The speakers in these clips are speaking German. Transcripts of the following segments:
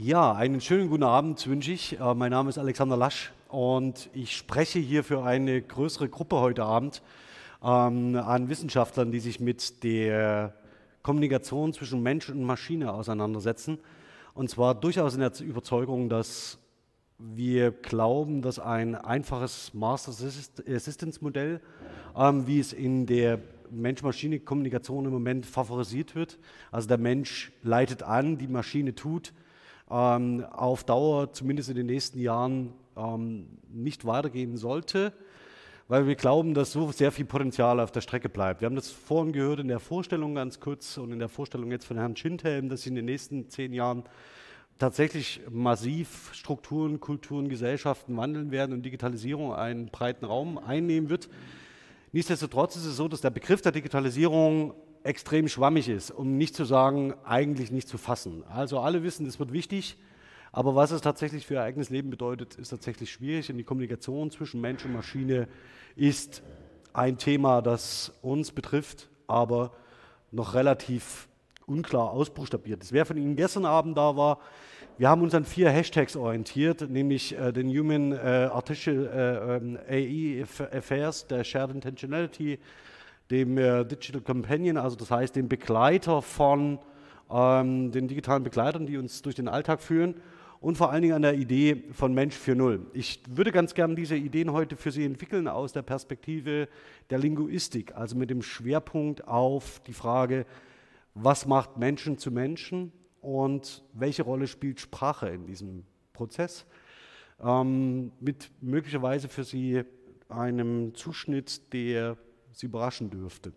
Ja, einen schönen guten Abend wünsche ich. Mein Name ist Alexander Lasch und ich spreche hier für eine größere Gruppe heute Abend an Wissenschaftlern, die sich mit der Kommunikation zwischen Mensch und Maschine auseinandersetzen. Und zwar durchaus in der Überzeugung, dass wir glauben, dass ein einfaches Master-Assistance-Modell, wie es in der Mensch-Maschine-Kommunikation im Moment favorisiert wird, also der Mensch leitet an, die Maschine tut, auf Dauer, zumindest in den nächsten Jahren, nicht weitergehen sollte, weil wir glauben, dass so sehr viel Potenzial auf der Strecke bleibt. Wir haben das vorhin gehört in der Vorstellung ganz kurz und in der Vorstellung jetzt von Herrn Schindhelm, dass sich in den nächsten 10 Jahren tatsächlich massiv Strukturen, Kulturen, Gesellschaften wandeln werden und Digitalisierung einen breiten Raum einnehmen wird. Nichtsdestotrotz ist es so, dass der Begriff der Digitalisierung extrem schwammig ist, um nicht zu sagen, eigentlich nicht zu fassen. Also alle wissen, es wird wichtig, aber was es tatsächlich für ihr eigenes Leben bedeutet, ist tatsächlich schwierig. Und die Kommunikation zwischen Mensch und Maschine ist ein Thema, das uns betrifft, aber noch relativ unklar ausbuchstabiert ist. Wer von Ihnen gestern Abend da war, wir haben uns an 4 Hashtags orientiert, nämlich den Human Artificial AI Affairs, der Shared Intentionality, dem Digital Companion, also das heißt dem Begleiter von den digitalen Begleitern, die uns durch den Alltag führen, und vor allen Dingen an der Idee von Mensch 4.0. Ich würde ganz gerne diese Ideen heute für Sie entwickeln aus der Perspektive der Linguistik, also mit dem Schwerpunkt auf die Frage, was macht Menschen zu Menschen und welche Rolle spielt Sprache in diesem Prozess, mit möglicherweise für Sie einem Zuschnitt, der Sie überraschen dürfte.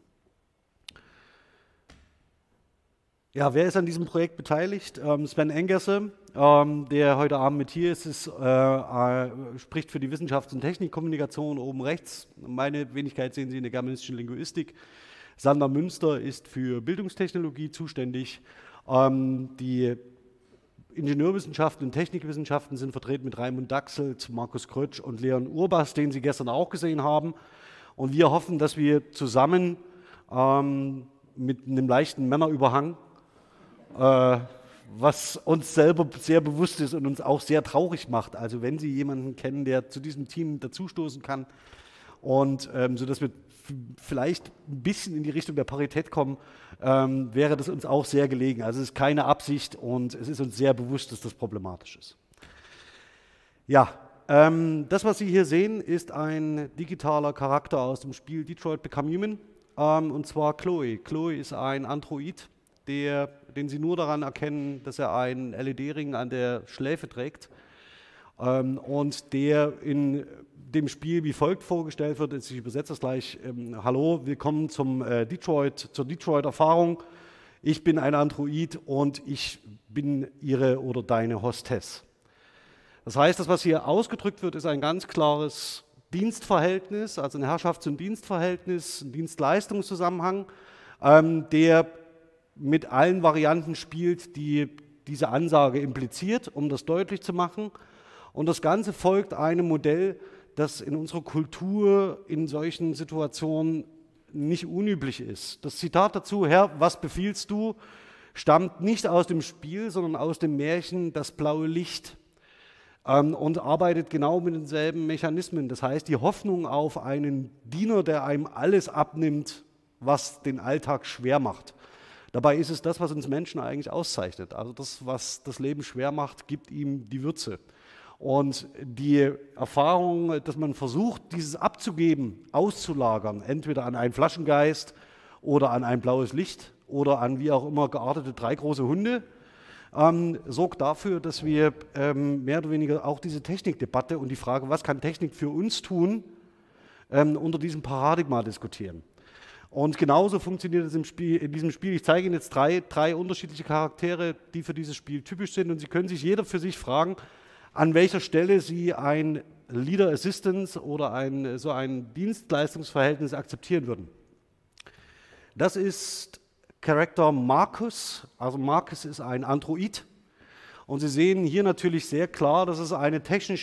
Ja, wer ist an diesem Projekt beteiligt? Sven Engerse, der heute Abend mit hier ist, spricht für die Wissenschafts- und Technikkommunikation oben rechts. Meine Wenigkeit sehen Sie in der germanistischen Linguistik. Sander Münster ist für Bildungstechnologie zuständig. Die Ingenieurwissenschaften und Technikwissenschaften sind vertreten mit Raimund Dachselt, Markus Krötsch und Leon Urbas, den Sie gestern auch gesehen haben. Und wir hoffen, dass wir zusammen mit einem leichten Männerüberhang, was uns selber sehr bewusst ist und uns auch sehr traurig macht. Also wenn Sie jemanden kennen, der zu diesem Team dazustoßen kann, und sodass wir vielleicht ein bisschen in die Richtung der Parität kommen, wäre das uns auch sehr gelegen. Also es ist keine Absicht und es ist uns sehr bewusst, dass das problematisch ist. Ja, das, was Sie hier sehen, ist ein digitaler Charakter aus dem Spiel Detroit Become Human, und zwar Chloe. Chloe ist ein Android, den Sie nur daran erkennen, dass er einen LED-Ring an der Schläfe trägt, und der in dem Spiel wie folgt vorgestellt wird. Ich übersetze das gleich. Hallo, willkommen zur Detroit-Erfahrung. Ich bin ein Android und ich bin Ihre oder deine Hostess. Das heißt, das, was hier ausgedrückt wird, ist ein ganz klares Dienstverhältnis, also ein Herrschafts- und Dienstverhältnis, ein Dienstleistungszusammenhang, der mit allen Varianten spielt, die diese Ansage impliziert, um das deutlich zu machen. Und das Ganze folgt einem Modell, das in unserer Kultur in solchen Situationen nicht unüblich ist. Das Zitat dazu, Herr, was befiehlst du, stammt nicht aus dem Spiel, sondern aus dem Märchen Das blaue Licht, und arbeitet genau mit denselben Mechanismen. Das heißt, die Hoffnung auf einen Diener, der einem alles abnimmt, was den Alltag schwer macht. Dabei ist es das, was uns Menschen eigentlich auszeichnet. Also das, was das Leben schwer macht, gibt ihm die Würze. Und die Erfahrung, dass man versucht, dieses abzugeben, auszulagern, entweder an einen Flaschengeist oder an ein blaues Licht oder an wie auch immer geartete 3 große Hunde, sorgt dafür, dass wir mehr oder weniger auch diese Technikdebatte und die Frage, was kann Technik für uns tun, unter diesem Paradigma diskutieren. Und genauso funktioniert es in diesem Spiel. Ich zeige Ihnen jetzt drei unterschiedliche Charaktere, die für dieses Spiel typisch sind. Und Sie können sich jeder für sich fragen, an welcher Stelle Sie ein Leader Assistance oder so ein Dienstleistungsverhältnis akzeptieren würden. Das ist Charakter Marcus. Also Marcus ist ein Android. Und Sie sehen hier natürlich sehr klar, dass es eine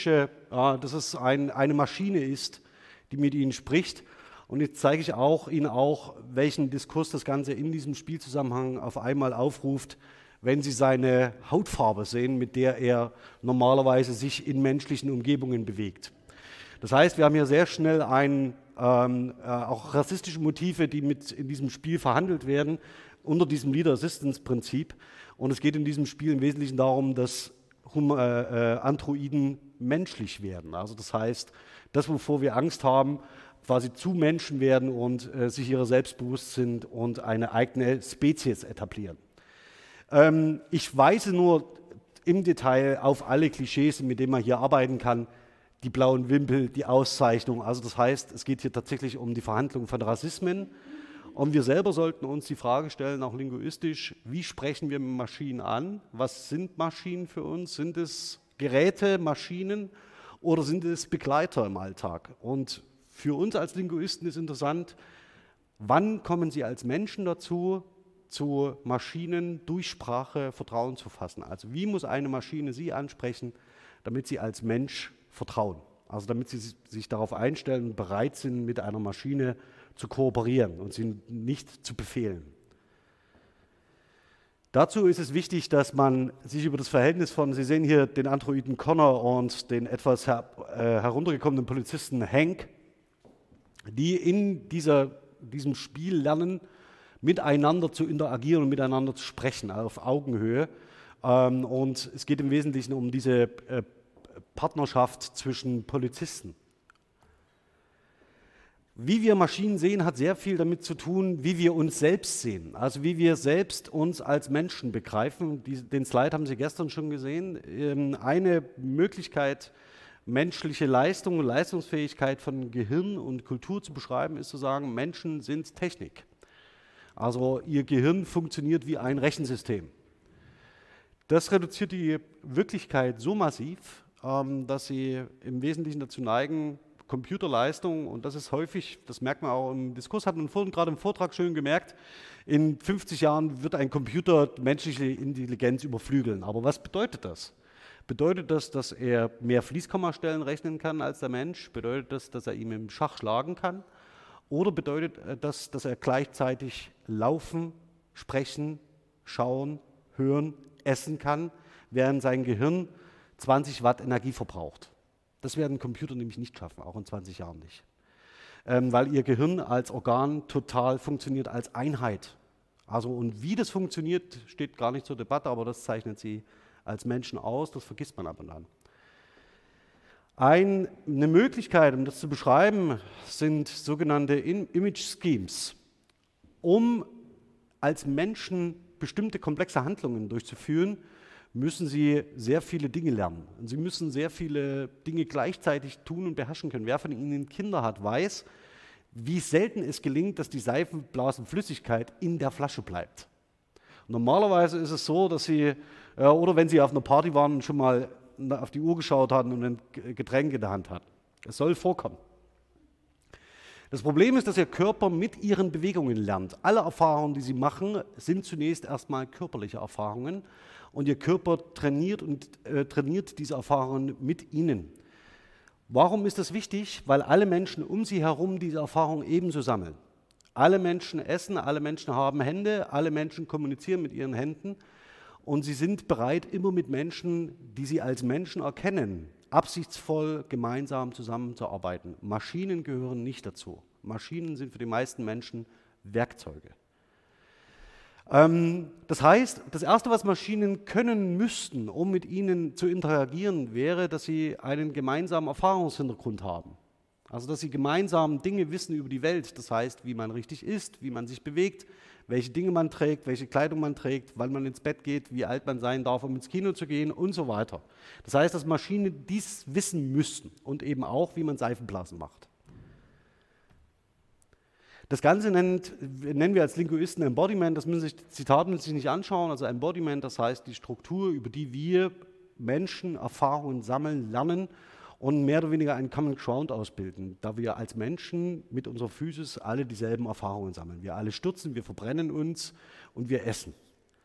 eine Maschine ist, die mit Ihnen spricht. Und jetzt zeige ich Ihnen auch, welchen Diskurs das Ganze in diesem Spielzusammenhang auf einmal aufruft, wenn Sie seine Hautfarbe sehen, mit der er normalerweise sich in menschlichen Umgebungen bewegt. Das heißt, wir haben hier sehr schnell auch rassistische Motive, die mit in diesem Spiel verhandelt werden, unter diesem Leader-Assistance-Prinzip. Und es geht in diesem Spiel im Wesentlichen darum, dass Androiden menschlich werden. Also das heißt, das, wovor wir Angst haben, quasi zu Menschen werden und sich ihrer selbst bewusst sind und eine eigene Spezies etablieren. Ich weise nur im Detail auf alle Klischees, mit denen man hier arbeiten kann, die blauen Wimpel, die Auszeichnung. Also das heißt, es geht hier tatsächlich um die Verhandlung von Rassismen. Und wir selber sollten uns die Frage stellen, auch linguistisch, wie sprechen wir Maschinen an? Was sind Maschinen für uns? Sind es Geräte, Maschinen oder sind es Begleiter im Alltag? Und für uns als Linguisten ist interessant, wann kommen Sie als Menschen dazu, zu Maschinen durch Sprache Vertrauen zu fassen? Also wie muss eine Maschine Sie ansprechen, damit Sie als Mensch vertrauen? Also damit Sie sich darauf einstellen und bereit sind, mit einer Maschine zu kooperieren und sie nicht zu befehlen. Dazu ist es wichtig, dass man sich über das Verhältnis von, Sie sehen hier den Androiden Connor und den etwas heruntergekommenen Polizisten Hank, die in diesem Spiel lernen, miteinander zu interagieren und miteinander zu sprechen, auf Augenhöhe. Und es geht im Wesentlichen um diese Partnerschaft zwischen Polizisten. Wie wir Maschinen sehen, hat sehr viel damit zu tun, wie wir uns selbst sehen, also wie wir selbst uns als Menschen begreifen. Den Slide haben Sie gestern schon gesehen. Eine Möglichkeit, menschliche Leistung und Leistungsfähigkeit von Gehirn und Kultur zu beschreiben, ist zu sagen, Menschen sind Technik. Also ihr Gehirn funktioniert wie ein Rechensystem. Das reduziert die Wirklichkeit so massiv, dass sie im Wesentlichen dazu neigen, Computerleistung, und das ist häufig, das merkt man auch im Diskurs, hat man gerade im Vortrag schön gemerkt, in 50 Jahren wird ein Computer menschliche Intelligenz überflügeln. Aber was bedeutet das? Bedeutet das, dass er mehr Fließkommastellen rechnen kann als der Mensch? Bedeutet das, dass er ihm im Schach schlagen kann? Oder bedeutet das, dass er gleichzeitig laufen, sprechen, schauen, hören, essen kann, während sein Gehirn 20 Watt Energie verbraucht? Das werden Computer nämlich nicht schaffen, auch in 20 Jahren nicht. Weil ihr Gehirn als Organ total funktioniert als Einheit. Also, und wie das funktioniert, steht gar nicht zur Debatte, aber das zeichnet sie als Menschen aus, das vergisst man ab und an. Eine Möglichkeit, um das zu beschreiben, sind sogenannte Image Schemes. Um als Menschen bestimmte komplexe Handlungen durchzuführen, müssen Sie sehr viele Dinge lernen. Und Sie müssen sehr viele Dinge gleichzeitig tun und beherrschen können. Wer von Ihnen Kinder hat, weiß, wie selten es gelingt, dass die Seifenblasenflüssigkeit in der Flasche bleibt. Normalerweise ist es so, dass Sie, oder wenn Sie auf einer Party waren und schon mal auf die Uhr geschaut hatten und ein Getränk in der Hand hatten. Es soll vorkommen. Das Problem ist, dass Ihr Körper mit Ihren Bewegungen lernt. Alle Erfahrungen, die Sie machen, sind zunächst erstmal körperliche Erfahrungen und Ihr Körper trainiert diese Erfahrungen mit Ihnen. Warum ist das wichtig? Weil alle Menschen um Sie herum diese Erfahrungen ebenso sammeln. Alle Menschen essen, alle Menschen haben Hände, alle Menschen kommunizieren mit ihren Händen und sie sind bereit, immer mit Menschen, die sie als Menschen erkennen, absichtsvoll gemeinsam zusammenzuarbeiten. Maschinen gehören nicht dazu. Maschinen sind für die meisten Menschen Werkzeuge. Das heißt, das Erste, was Maschinen können müssten, um mit ihnen zu interagieren, wäre, dass sie einen gemeinsamen Erfahrungshintergrund haben. Also, dass sie gemeinsam Dinge wissen über die Welt, das heißt, wie man richtig isst, wie man sich bewegt, welche Dinge man trägt, welche Kleidung man trägt, wann man ins Bett geht, wie alt man sein darf, um ins Kino zu gehen und so weiter. Das heißt, dass Maschinen dies wissen müssten und eben auch, wie man Seifenblasen macht. Das Ganze nennen wir als Linguisten Embodiment, das Zitat müssen Sie sich nicht anschauen, also Embodiment, das heißt die Struktur, über die wir Menschen Erfahrungen sammeln, lernen und mehr oder weniger einen Common Ground ausbilden, da wir als Menschen mit unserer Physis alle dieselben Erfahrungen sammeln. Wir alle stürzen, wir verbrennen uns und wir essen.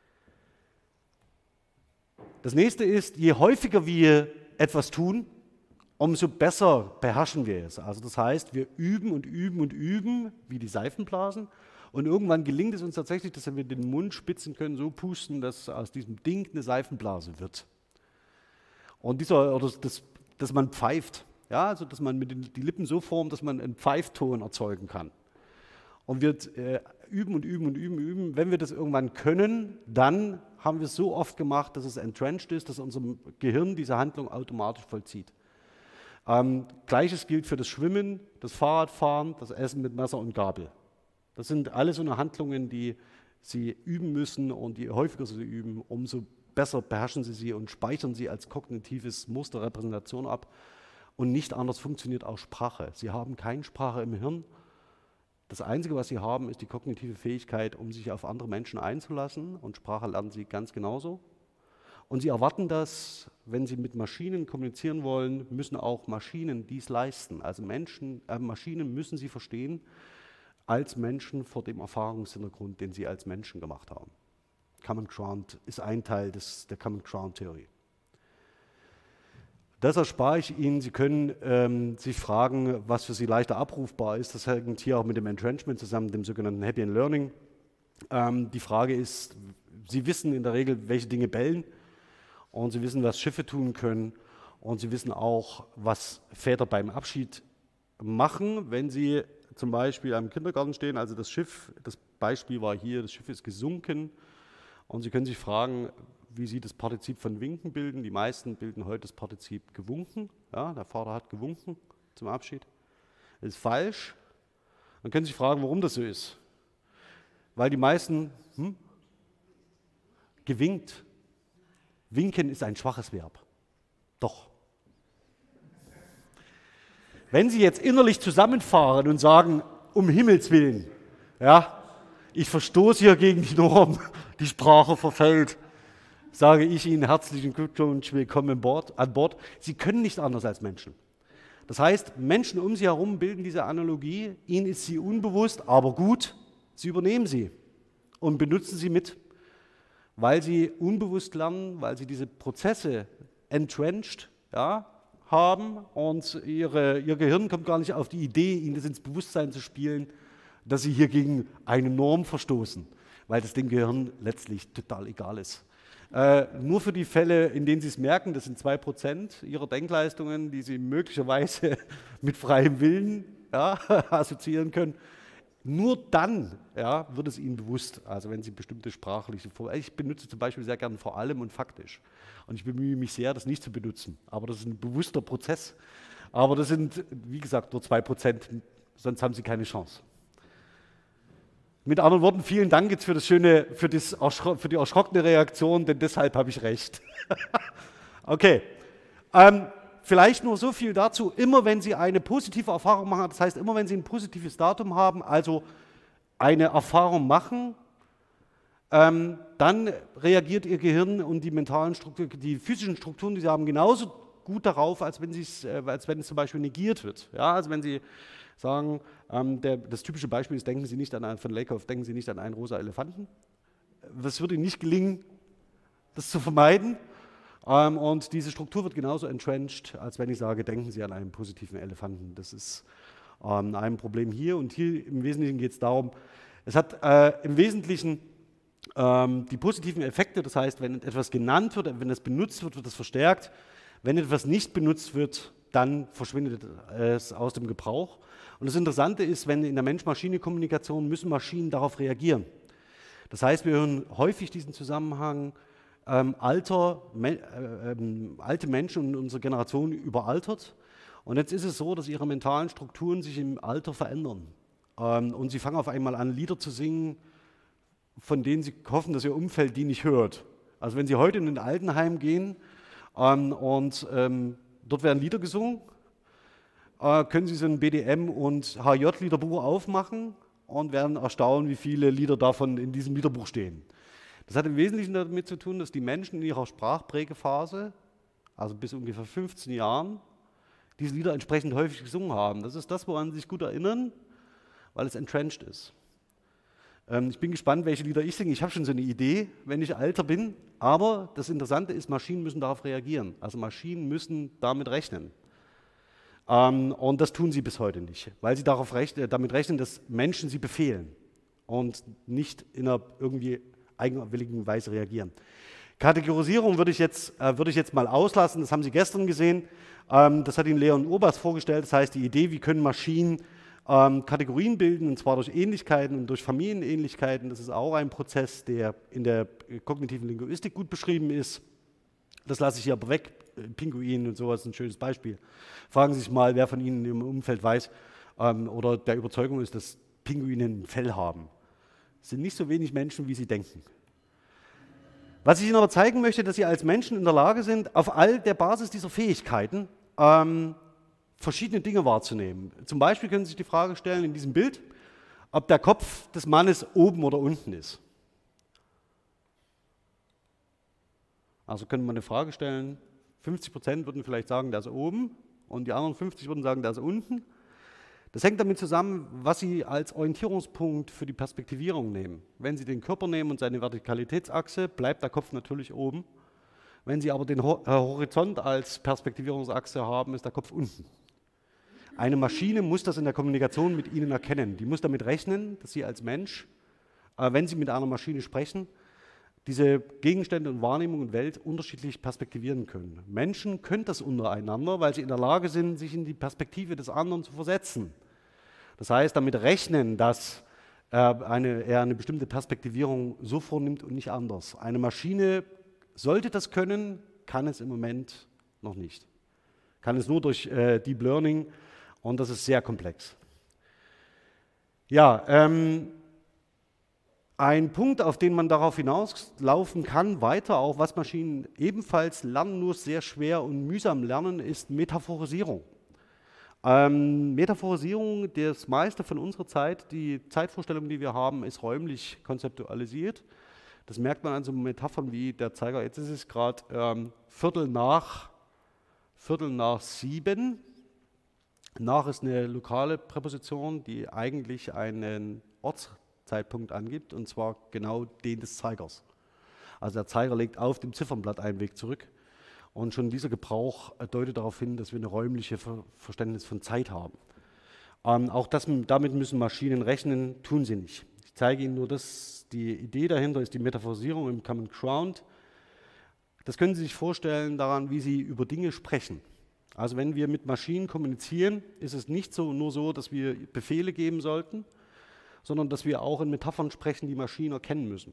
Das nächste ist, je häufiger wir etwas tun, umso besser beherrschen wir es. Also das heißt, wir üben und üben und üben, wie die Seifenblasen, Und irgendwann gelingt es uns tatsächlich, dass wir den Mund spitzen können, so pusten, dass aus diesem Ding eine Seifenblase wird. Und dass man pfeift, ja, also dass man die Lippen so formt, dass man einen Pfeifton erzeugen kann. Und wir üben und üben und üben, üben. Wenn wir das irgendwann können, dann haben wir es so oft gemacht, dass es entrenched ist, dass unser Gehirn diese Handlung automatisch vollzieht. Gleiches gilt für das Schwimmen, das Fahrradfahren, das Essen mit Messer und Gabel. Das sind alles so eine Handlungen, die Sie üben müssen, und je häufiger Sie üben, umso besser beherrschen Sie sie und speichern sie als kognitives Muster, Repräsentation ab. Und nicht anders funktioniert auch Sprache. Sie haben keine Sprache im Hirn. Das Einzige, was Sie haben, ist die kognitive Fähigkeit, um sich auf andere Menschen einzulassen. Und Sprache lernen Sie ganz genauso. Und Sie erwarten das, wenn Sie mit Maschinen kommunizieren wollen, müssen auch Maschinen dies leisten. Also Maschinen müssen Sie verstehen als Menschen vor dem Erfahrungshintergrund, den Sie als Menschen gemacht haben. Common Ground ist ein Teil der Common Ground-Theorie. Das erspare ich Ihnen. Sie können sich fragen, was für Sie leichter abrufbar ist. Das hängt hier auch mit dem Entrenchment zusammen, dem sogenannten Happy and Learning. Die Frage ist, Sie wissen in der Regel, welche Dinge bellen, und Sie wissen, was Schiffe tun können, und Sie wissen auch, was Väter beim Abschied machen, wenn sie zum Beispiel am Kindergarten stehen. Also das Schiff, das Beispiel war hier, das Schiff ist gesunken, und Sie können sich fragen, wie Sie das Partizip von winken bilden. Die meisten bilden heute das Partizip gewunken. Ja, der Vater hat gewunken zum Abschied. Das ist falsch. Dann können Sie sich fragen, warum das so ist. Weil die meisten gewinkt. Winken ist ein schwaches Verb. Doch. Wenn Sie jetzt innerlich zusammenfahren und sagen, um Himmels Willen, ja, ich verstoße hier gegen die Norm, die Sprache verfällt, sage ich Ihnen herzlichen Glückwunsch, willkommen an Bord. Sie können nicht anders als Menschen. Das heißt, Menschen um Sie herum bilden diese Analogie, Ihnen ist sie unbewusst, aber gut, Sie übernehmen sie und benutzen sie mit, weil Sie unbewusst lernen, weil Sie diese Prozesse entrenched, ja, haben, und Ihr Gehirn kommt gar nicht auf die Idee, Ihnen das ins Bewusstsein zu spielen, dass Sie hier gegen eine Norm verstoßen, weil das dem Gehirn letztlich total egal ist. Nur für die Fälle, in denen Sie es merken, das sind 2% Ihrer Denkleistungen, die Sie möglicherweise mit freiem Willen, ja, assoziieren können. Nur dann, ja, wird es Ihnen bewusst, also wenn Sie bestimmte sprachliche ich benutze zum Beispiel sehr gerne vor allem und faktisch. Und ich bemühe mich sehr, das nicht zu benutzen. Aber das ist ein bewusster Prozess. Aber das sind, wie gesagt, nur 2%, sonst haben Sie keine Chance. Mit anderen Worten, vielen Dank jetzt für die erschrockene Reaktion, denn deshalb habe ich recht. Okay. Vielleicht nur so viel dazu, immer wenn Sie eine positive Erfahrung machen, das heißt immer wenn Sie ein positives Datum haben, also eine Erfahrung machen, dann reagiert Ihr Gehirn und die mentalen Strukturen, die physischen Strukturen, die Sie haben, genauso gut darauf, als wenn es zum Beispiel negiert wird. Ja, also wenn Sie sagen, das typische Beispiel ist, denken Sie nicht von Lakoff, denken Sie nicht an einen rosa Elefanten. Das würde Ihnen nicht gelingen, das zu vermeiden. Und diese Struktur wird genauso entrenched, als wenn ich sage, denken Sie an einen positiven Elefanten. Das ist ein Problem hier. Und hier im Wesentlichen geht es darum, es hat im Wesentlichen die positiven Effekte, das heißt, wenn etwas genannt wird, wenn es benutzt wird, wird es verstärkt. Wenn etwas nicht benutzt wird, dann verschwindet es aus dem Gebrauch. Und das Interessante ist, wenn in der Mensch-Maschine-Kommunikation müssen Maschinen darauf reagieren. Das heißt, wir hören häufig diesen Zusammenhang, alte Menschen und unsere Generation überaltert. Und jetzt ist es so, dass ihre mentalen Strukturen sich im Alter verändern. Und sie fangen auf einmal an, Lieder zu singen, von denen sie hoffen, dass ihr Umfeld die nicht hört. Also wenn Sie heute in ein Altenheim gehen und dort werden Lieder gesungen, können Sie so ein BDM- und HJ-Liederbuch aufmachen und werden erstaunen, wie viele Lieder davon in diesem Liederbuch stehen. Das hat im Wesentlichen damit zu tun, dass die Menschen in ihrer Sprachprägephase, also bis ungefähr 15 Jahren, diese Lieder entsprechend häufig gesungen haben. Das ist das, woran sie sich gut erinnern, weil es entrenched ist. Ich bin gespannt, welche Lieder ich singe. Ich habe schon so eine Idee, wenn ich älter bin. Aber das Interessante ist, Maschinen müssen darauf reagieren. Also Maschinen müssen damit rechnen. Und das tun sie bis heute nicht, weil sie damit rechnen, dass Menschen sie befehlen. und nicht in einer irgendwie eigenwilligen Weise reagieren. Kategorisierung würde ich jetzt mal auslassen, das haben Sie gestern gesehen. Das hat Ihnen Leon Urbas vorgestellt, das heißt die Idee, wie können Maschinen Kategorien bilden, und zwar durch Ähnlichkeiten und durch Familienähnlichkeiten. Das ist auch ein Prozess, der in der kognitiven Linguistik gut beschrieben ist. Das lasse ich hier aber weg. Pinguin und sowas ist ein schönes Beispiel. Fragen Sie sich mal, wer von Ihnen im Umfeld weiß oder der Überzeugung ist, dass Pinguine ein Fell haben. Es sind nicht so wenig Menschen, wie Sie denken. Was ich Ihnen aber zeigen möchte, dass Sie als Menschen in der Lage sind, auf all der Basis dieser Fähigkeiten verschiedene Dinge wahrzunehmen. Zum Beispiel können Sie sich die Frage stellen in diesem Bild, ob der Kopf des Mannes oben oder unten ist. Also könnte man eine Frage stellen, 50% würden vielleicht sagen, der ist oben und die anderen 50 würden sagen, der ist unten. Das hängt damit zusammen, was Sie als Orientierungspunkt für die Perspektivierung nehmen. Wenn Sie den Körper nehmen und seine Vertikalitätsachse, bleibt der Kopf natürlich oben. Wenn Sie aber den Horizont als Perspektivierungsachse haben, ist der Kopf unten. Eine Maschine muss das in der Kommunikation mit Ihnen erkennen. Die muss damit rechnen, dass Sie als Mensch, wenn Sie mit einer Maschine sprechen, diese Gegenstände und Wahrnehmung und Welt unterschiedlich perspektivivieren können. Menschen können das untereinander, weil sie in der Lage sind, sich in die Perspektive des anderen zu versetzen. Das heißt, damit rechnen, dass er eine bestimmte Perspektivierung so vornimmt und nicht anders. Eine Maschine sollte das können, kann es im Moment noch nicht. Kann es nur durch Deep Learning und das ist sehr komplex. Ja, ein Punkt, auf den man darauf hinauslaufen kann, weiter auch, was Maschinen ebenfalls lernen, nur sehr schwer und mühsam lernen, ist Metaphorisierung. Metaphorisierung, das meiste von unserer Zeit, die Zeitvorstellung, die wir haben, ist räumlich konzeptualisiert. Das merkt man an so Metaphern wie der Zeiger, jetzt ist es gerade Viertel nach 7. Nach ist eine lokale Präposition, die eigentlich einen Ortszeitpunkt angibt, und zwar genau den des Zeigers. Also der Zeiger legt auf dem Ziffernblatt einen Weg zurück. Und schon dieser Gebrauch deutet darauf hin, dass wir eine räumliche Verständnis von Zeit haben. Auch damit müssen Maschinen rechnen, tun sie nicht. Ich zeige Ihnen nur das, die Idee dahinter ist die Metaphorisierung im Common Ground. Das können Sie sich vorstellen daran, wie Sie über Dinge sprechen. Also wenn wir mit Maschinen kommunizieren, ist es nicht nur so, dass wir Befehle geben sollten, sondern dass wir auch in Metaphern sprechen, die Maschinen erkennen müssen.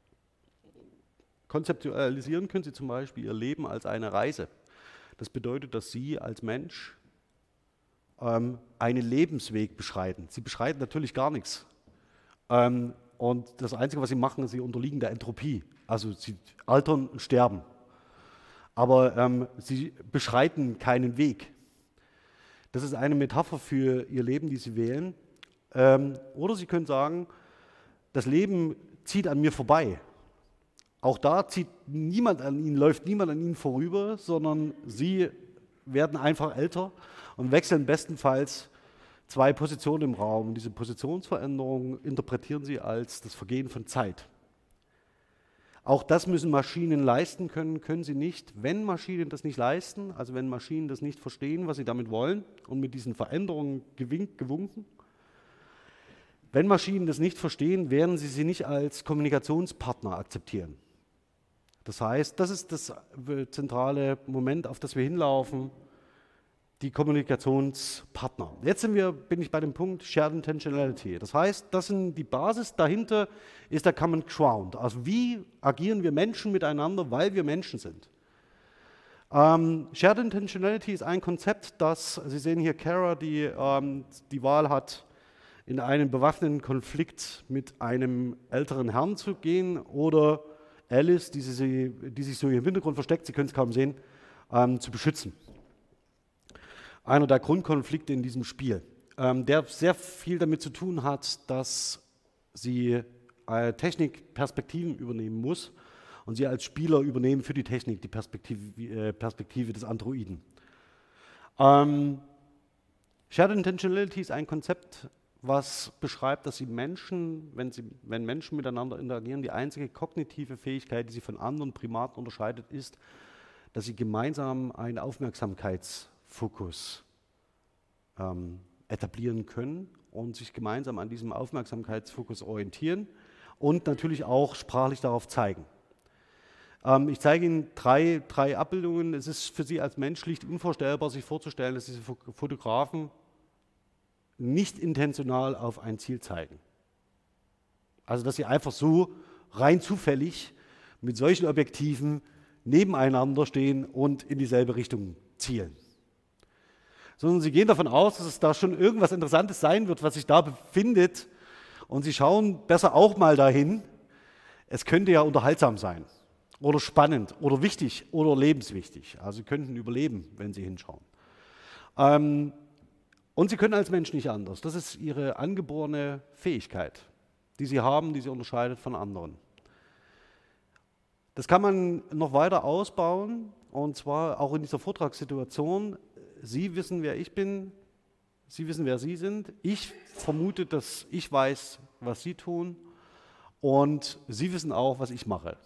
Konzeptualisieren können Sie zum Beispiel Ihr Leben als eine Reise. Das bedeutet, dass Sie als Mensch einen Lebensweg beschreiten. Sie beschreiten natürlich gar nichts. Und das Einzige, was Sie machen, ist, Sie unterliegen der Entropie. Also Sie altern und sterben. Aber Sie beschreiten keinen Weg. Das ist eine Metapher für Ihr Leben, die Sie wählen. Oder Sie können sagen, das Leben zieht an mir vorbei. Auch da läuft niemand an Ihnen vorüber, sondern Sie werden einfach älter und wechseln bestenfalls 2 Positionen im Raum. Diese Positionsveränderung interpretieren Sie als das Vergehen von Zeit. Auch das müssen Maschinen leisten können, können sie nicht. Wenn Maschinen das nicht leisten, also wenn Maschinen das nicht verstehen, was sie damit wollen und mit diesen Veränderungen gewunken, wenn Maschinen das nicht verstehen, werden sie nicht als Kommunikationspartner akzeptieren. Das heißt, das ist das zentrale Moment, auf das wir hinlaufen, die Kommunikationspartner. Jetzt bin ich bei dem Punkt Shared Intentionality. Das heißt, die Basis dahinter ist der Common Ground. Also wie agieren wir Menschen miteinander, weil wir Menschen sind. Shared Intentionality ist ein Konzept, das, Sie sehen hier Kara, die Wahl hat, in einen bewaffneten Konflikt mit einem älteren Herrn zu gehen, oder Alice, die sich so im Hintergrund versteckt, Sie können es kaum sehen, zu beschützen. Einer der Grundkonflikte in diesem Spiel, der sehr viel damit zu tun hat, dass sie Technik Perspektiven übernehmen muss und sie als Spieler übernehmen für die Technik die Perspektive des Androiden. Shared Intentionality ist ein Konzept, was beschreibt, dass Menschen, wenn Menschen miteinander interagieren, die einzige kognitive Fähigkeit, die sie von anderen Primaten unterscheidet, ist, dass sie gemeinsam einen Aufmerksamkeitsfokus etablieren können und sich gemeinsam an diesem Aufmerksamkeitsfokus orientieren und natürlich auch sprachlich darauf zeigen. Ich zeige Ihnen drei Abbildungen. Es ist für Sie als Mensch schlicht unvorstellbar, sich vorzustellen, dass diese Fotografen nicht intentional auf ein Ziel zeigen. Also dass sie einfach so rein zufällig mit solchen Objektiven nebeneinander stehen und in dieselbe Richtung zielen. Sondern sie gehen davon aus, dass es da schon irgendwas Interessantes sein wird, was sich da befindet, und sie schauen besser auch mal dahin. Es könnte ja unterhaltsam sein oder spannend oder wichtig oder lebenswichtig. Also sie könnten überleben, wenn sie hinschauen. Und sie können als Mensch nicht anders. Das ist ihre angeborene Fähigkeit, die sie haben, die sie unterscheidet von anderen. Das kann man noch weiter ausbauen, und zwar auch in dieser Vortragssituation. Sie wissen, wer ich bin, Sie wissen, wer Sie sind. Ich vermute, dass ich weiß, was Sie tun, und Sie wissen auch, was ich mache.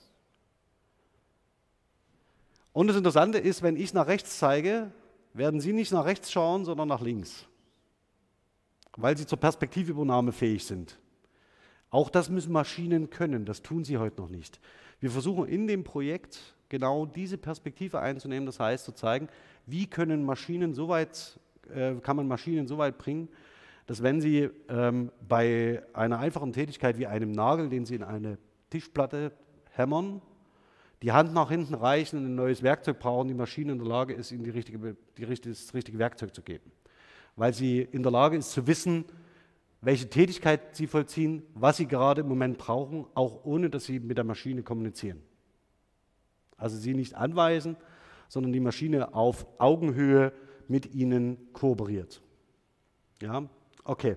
Und das Interessante ist, wenn ich nach rechts zeige, werden Sie nicht nach rechts schauen, sondern nach links, weil Sie zur Perspektivübernahme fähig sind. Auch das müssen Maschinen können, das tun sie heute noch nicht. Wir versuchen in dem Projekt genau diese Perspektive einzunehmen, das heißt zu zeigen, wie kann man Maschinen so weit bringen, dass wenn sie bei einer einfachen Tätigkeit wie einem Nagel, den sie in eine Tischplatte hämmern, die Hand nach hinten reichen und ein neues Werkzeug brauchen, die Maschine in der Lage ist, ihnen das richtige Werkzeug zu geben. Weil sie in der Lage ist zu wissen, welche Tätigkeit sie vollziehen, was sie gerade im Moment brauchen, auch ohne dass sie mit der Maschine kommunizieren. Also sie nicht anweisen, sondern die Maschine auf Augenhöhe mit ihnen kooperiert. Ja, okay.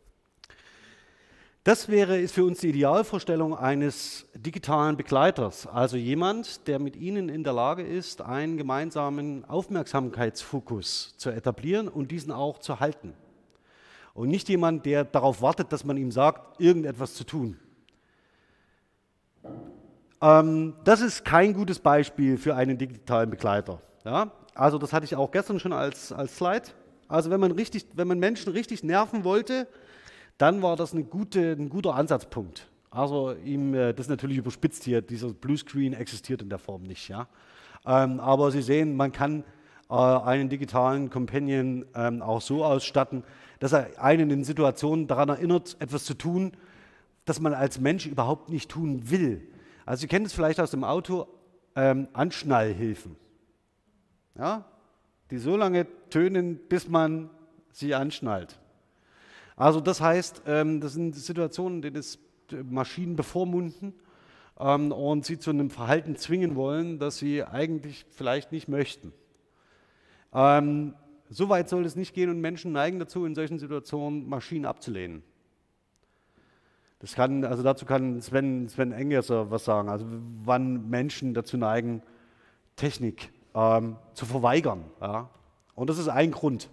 Das ist für uns die Idealvorstellung eines digitalen Begleiters, also jemand, der mit Ihnen in der Lage ist, einen gemeinsamen Aufmerksamkeitsfokus zu etablieren und diesen auch zu halten. Und nicht jemand, der darauf wartet, dass man ihm sagt, irgendetwas zu tun. Das ist kein gutes Beispiel für einen digitalen Begleiter. Ja? Also das hatte ich auch gestern schon als Slide. Also wenn man Menschen richtig nerven wollte, dann war das ein guter Ansatzpunkt. Also das ist natürlich überspitzt hier, dieser Bluescreen existiert in der Form nicht. Ja? Aber Sie sehen, man kann einen digitalen Companion auch so ausstatten, dass er einen in Situationen daran erinnert, etwas zu tun, das man als Mensch überhaupt nicht tun will. Also Sie kennen es vielleicht aus dem Auto, Anschnallhilfen, ja? Die so lange tönen, bis man sie anschnallt. Also das heißt, das sind Situationen, in denen es Maschinen bevormunden und sie zu einem Verhalten zwingen wollen, das sie eigentlich vielleicht nicht möchten. So weit soll es nicht gehen, und Menschen neigen dazu, in solchen Situationen Maschinen abzulehnen. Dazu kann Sven Engesser was sagen, also wann Menschen dazu neigen, Technik zu verweigern. Ja? Und das ist ein Grund.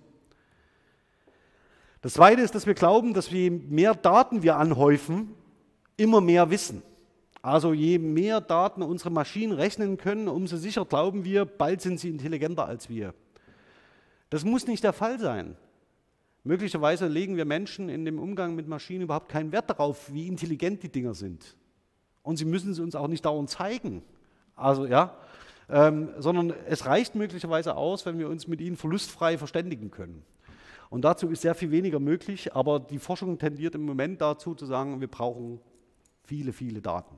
Das Zweite ist, dass wir glauben, dass je mehr Daten wir anhäufen, immer mehr wissen. Also je mehr Daten unsere Maschinen rechnen können, umso sicher glauben wir, bald sind sie intelligenter als wir. Das muss nicht der Fall sein. Möglicherweise legen wir Menschen in dem Umgang mit Maschinen überhaupt keinen Wert darauf, wie intelligent die Dinger sind. Und sie müssen es uns auch nicht dauernd zeigen. Also, ja, sondern es reicht möglicherweise aus, wenn wir uns mit ihnen verlustfrei verständigen können. Und dazu ist sehr viel weniger möglich, aber die Forschung tendiert im Moment dazu zu sagen, wir brauchen viele, viele Daten.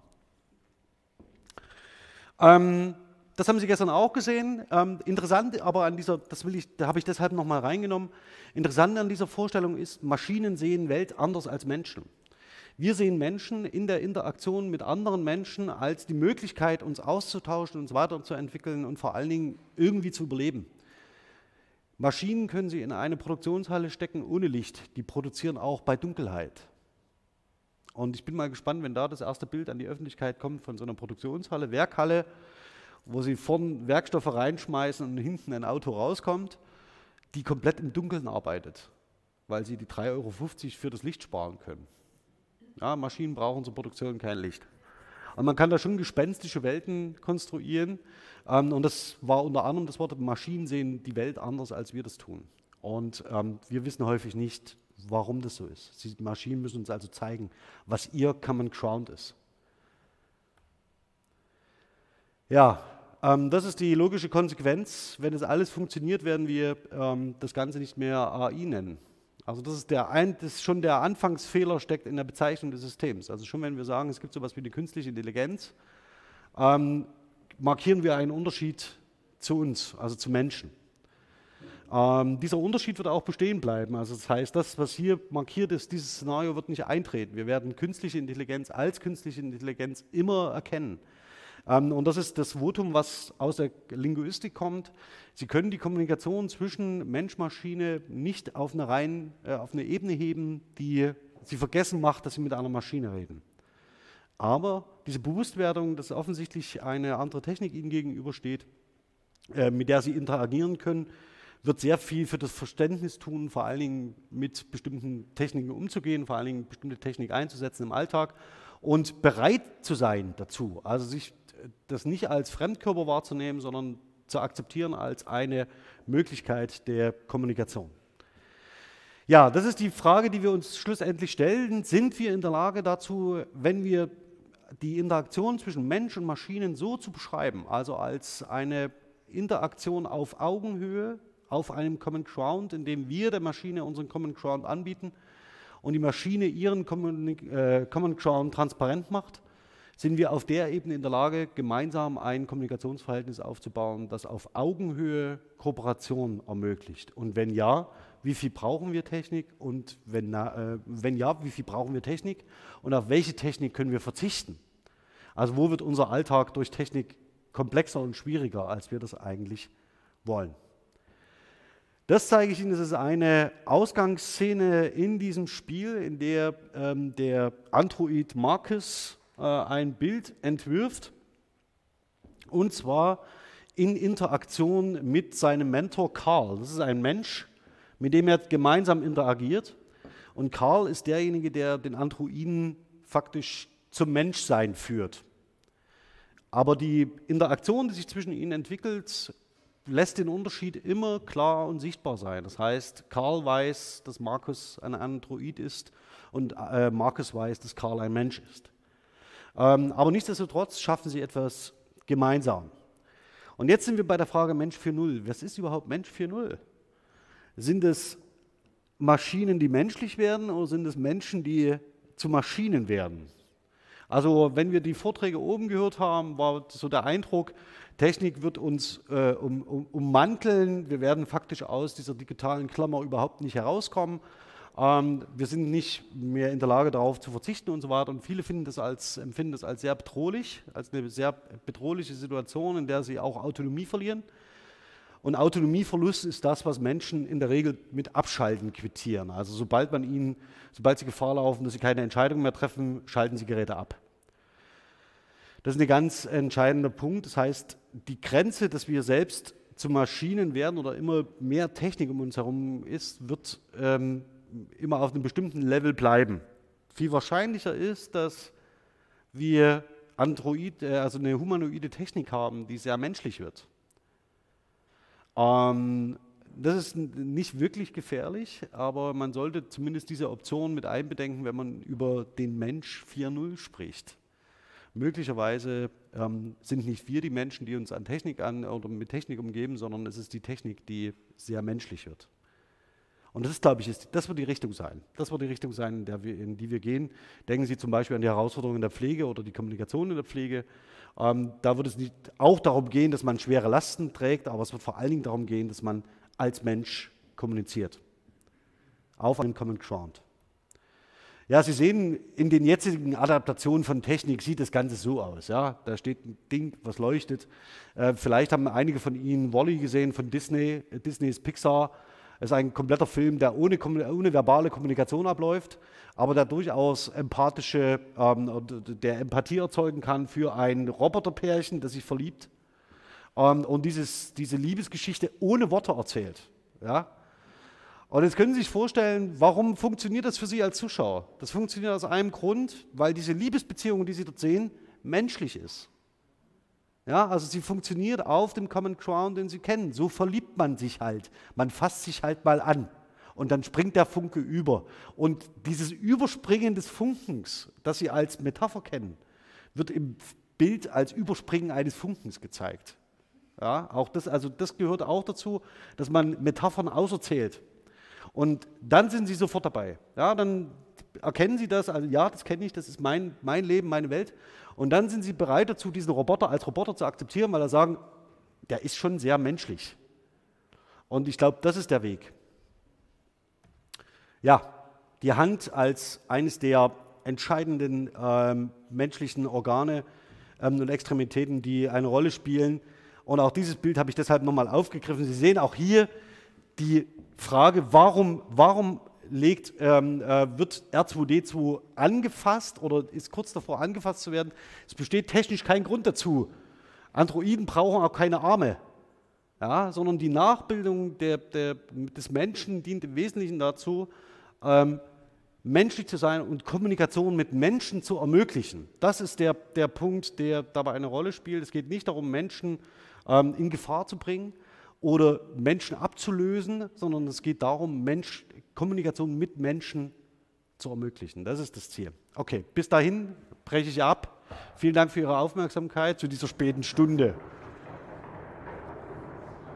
Das haben Sie gestern auch gesehen. Interessant, aber da habe ich deshalb nochmal reingenommen. Interessant an dieser Vorstellung ist, Maschinen sehen Welt anders als Menschen. Wir sehen Menschen in der Interaktion mit anderen Menschen als die Möglichkeit, uns auszutauschen, uns weiterzuentwickeln und vor allen Dingen irgendwie zu überleben. Maschinen können Sie in eine Produktionshalle stecken ohne Licht. Die produzieren auch bei Dunkelheit. Und ich bin mal gespannt, wenn da das erste Bild an die Öffentlichkeit kommt von so einer Produktionshalle, Werkhalle, wo Sie vorne Werkstoffe reinschmeißen und hinten ein Auto rauskommt, die komplett im Dunkeln arbeitet, weil Sie die 3,50 € für das Licht sparen können. Ja, Maschinen brauchen zur Produktion kein Licht. Und man kann da schon gespenstische Welten konstruieren. Und das war unter anderem das Wort, Maschinen sehen die Welt anders, als wir das tun. Und wir wissen häufig nicht, warum das so ist. Die Maschinen müssen uns also zeigen, was ihr Common Ground ist. Ja, das ist die logische Konsequenz. Wenn das alles funktioniert, werden wir das Ganze nicht mehr AI nennen. Also das ist schon der Anfangsfehler, steckt in der Bezeichnung des Systems. Also schon wenn wir sagen, es gibt sowas wie eine künstliche Intelligenz, markieren wir einen Unterschied zu uns, also zu Menschen. Dieser Unterschied wird auch bestehen bleiben. Also das heißt, das, was hier markiert ist, dieses Szenario wird nicht eintreten. Wir werden künstliche Intelligenz als künstliche Intelligenz immer erkennen. Und das ist das Votum, was aus der Linguistik kommt. Sie können die Kommunikation zwischen Mensch-Maschine nicht auf eine Ebene heben, die Sie vergessen macht, dass Sie mit einer Maschine reden. Aber diese Bewusstwerdung, dass offensichtlich eine andere Technik Ihnen gegenübersteht, mit der Sie interagieren können, wird sehr viel für das Verständnis tun, vor allen Dingen mit bestimmten Techniken umzugehen, vor allen Dingen bestimmte Technik einzusetzen im Alltag und bereit zu sein dazu, also sich das nicht als Fremdkörper wahrzunehmen, sondern zu akzeptieren als eine Möglichkeit der Kommunikation. Ja, das ist die Frage, die wir uns schlussendlich stellen. Sind wir in der Lage dazu, wenn wir die Interaktion zwischen Mensch und Maschinen so zu beschreiben, also als eine Interaktion auf Augenhöhe, auf einem Common Ground, in dem wir der Maschine unseren Common Ground anbieten und die Maschine ihren Common Ground transparent macht, sind wir auf der Ebene in der Lage, gemeinsam ein Kommunikationsverhältnis aufzubauen, das auf Augenhöhe Kooperation ermöglicht. Und wenn ja, wie viel brauchen wir Technik? Und wenn ja, wie viel brauchen wir Technik? Und auf welche Technik können wir verzichten? Also wo wird unser Alltag durch Technik komplexer und schwieriger, als wir das eigentlich wollen? Das zeige ich Ihnen, das ist eine Ausgangsszene in diesem Spiel, in der der Android Marcus ein Bild entwirft, und zwar in Interaktion mit seinem Mentor Carl. Das ist ein Mensch, mit dem er gemeinsam interagiert, und Carl ist derjenige, der den Androiden faktisch zum Menschsein führt. Aber die Interaktion, die sich zwischen ihnen entwickelt, lässt den Unterschied immer klar und sichtbar sein. Das heißt, Carl weiß, dass Marcus ein Android ist, und Marcus weiß, dass Carl ein Mensch ist. Aber nichtsdestotrotz schaffen sie etwas gemeinsam. Und jetzt sind wir bei der Frage Mensch 4.0. Was ist überhaupt Mensch 4.0? Sind es Maschinen, die menschlich werden, oder sind es Menschen, die zu Maschinen werden? Also wenn wir die Vorträge oben gehört haben, war so der Eindruck, Technik wird uns ummanteln, wir werden faktisch aus dieser digitalen Klammer überhaupt nicht herauskommen. Wir sind nicht mehr in der Lage, darauf zu verzichten und so weiter. Und viele empfinden das als sehr bedrohlich, als eine sehr bedrohliche Situation, in der sie auch Autonomie verlieren. Und Autonomieverlust ist das, was Menschen in der Regel mit Abschalten quittieren. Also sobald sie Gefahr laufen, dass sie keine Entscheidung mehr treffen, schalten sie Geräte ab. Das ist ein ganz entscheidender Punkt. Das heißt, die Grenze, dass wir selbst zu Maschinen werden oder immer mehr Technik um uns herum ist, wird immer auf einem bestimmten Level bleiben. Viel wahrscheinlicher ist, dass wir also eine humanoide Technik haben, die sehr menschlich wird. Das ist nicht wirklich gefährlich, aber man sollte zumindest diese Option mit einbedenken, wenn man über den Mensch 4.0 spricht. Möglicherweise sind nicht wir die Menschen, die uns an Technik oder mit Technik umgeben, sondern es ist die Technik, die sehr menschlich wird. Und das ist, glaube ich, das wird die Richtung sein. Das wird die Richtung sein, in die wir gehen. Denken Sie zum Beispiel an die Herausforderungen in der Pflege oder die Kommunikation in der Pflege. Da wird es nicht auch darum gehen, dass man schwere Lasten trägt, aber es wird vor allen Dingen darum gehen, dass man als Mensch kommuniziert. Auf einem Common Ground. Ja, Sie sehen, in den jetzigen Adaptationen von Technik sieht das Ganze so aus. Ja? Da steht ein Ding, was leuchtet. Vielleicht haben einige von Ihnen Wall-E gesehen von Disney, Disneys Pixar. Es ist ein kompletter Film, der ohne verbale Kommunikation abläuft, aber der durchaus der Empathie erzeugen kann für ein Roboterpärchen, das sich verliebt und diese Liebesgeschichte ohne Worte erzählt. Ja? Und jetzt können Sie sich vorstellen, warum funktioniert das für Sie als Zuschauer? Das funktioniert aus einem Grund, weil diese Liebesbeziehung, die Sie dort sehen, menschlich ist. Ja, also sie funktioniert auf dem Common Ground, den Sie kennen. So verliebt man sich halt. Man fasst sich halt mal an. und dann springt der Funke über. Und dieses Überspringen des Funkens, das Sie als Metapher kennen, wird im Bild als Überspringen eines Funkens gezeigt. Ja, auch das, also das gehört auch dazu, dass man Metaphern auserzählt. Und dann sind Sie sofort dabei. Ja, dann erkennen Sie das, also ja, das kenne ich, das ist mein Leben, meine Welt. Und dann sind Sie bereit dazu, diesen Roboter als Roboter zu akzeptieren, weil er sagen, der ist schon sehr menschlich. Und ich glaube, das ist der Weg. Ja, die Hand als eines der entscheidenden menschlichen Organe und Extremitäten, die eine Rolle spielen. Und auch dieses Bild habe ich deshalb nochmal aufgegriffen. Sie sehen auch hier die Frage, warum wird R2D2 angefasst oder ist kurz davor angefasst zu werden. Es besteht technisch kein Grund dazu. Androiden brauchen auch keine Arme, ja, sondern die Nachbildung des Menschen dient im Wesentlichen dazu, menschlich zu sein und Kommunikation mit Menschen zu ermöglichen. Das ist der Punkt, der dabei eine Rolle spielt. Es geht nicht darum, Menschen in Gefahr zu bringen oder Menschen abzulösen, sondern es geht darum, Kommunikation mit Menschen zu ermöglichen. Das ist das Ziel. Okay, bis dahin breche ich ab. Vielen Dank für Ihre Aufmerksamkeit zu dieser späten Stunde.